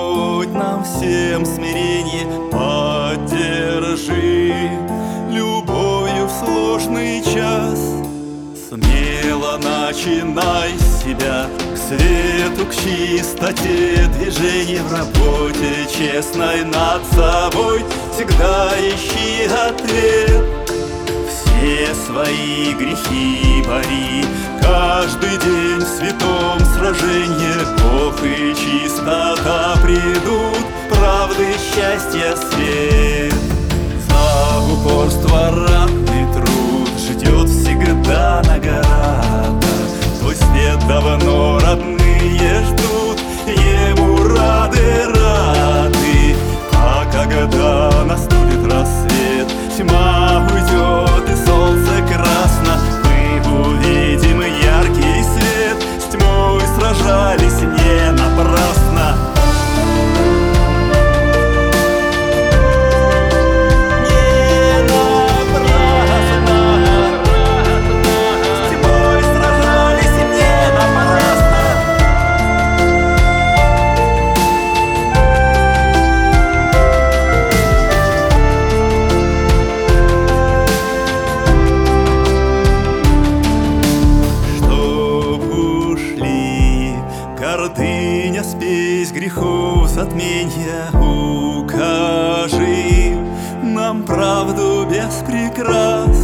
Господь нам всем смирение поддержи, любовью в сложный час. Смело начинай себя к свету, к чистоте, движение в работе честной над собой. Всегда ищи ответ, все свои грехи бори. Каждый день в святом сражении Бог и чистота придут, правды, счастья свет. За упорство ратный труд ждет всегда награда. Твой свет давно родные ждут, ему рады, рады. А когда наступит рассвет, тьма уйдет и солнце красно, мы увидим яркий свет. С тьмой сражались не напрасно. Гордыня, спесь грехов, затменья, укажи нам правду без прикрас.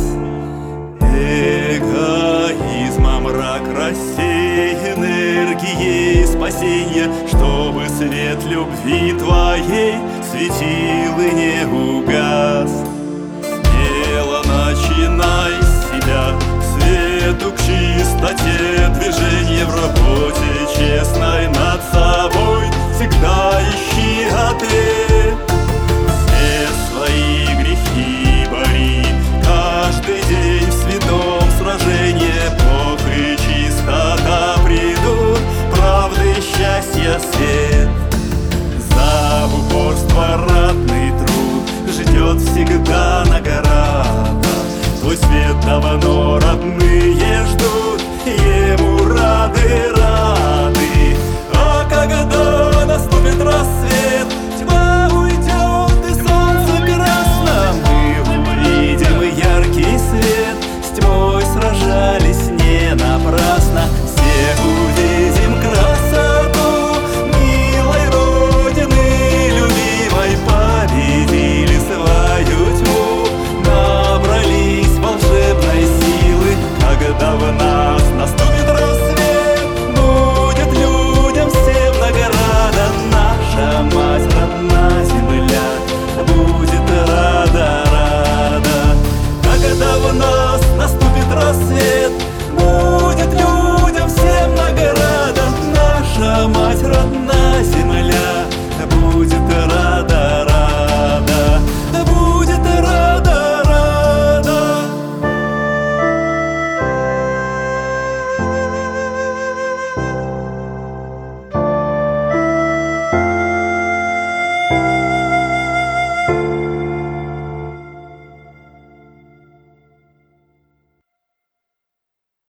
Эгоизма мрак рассей, энергией спасения, чтобы свет любви твоей светил и не угас. Смело начинай себя к свету, к чистоте, движение в работе честной над собой. Всегда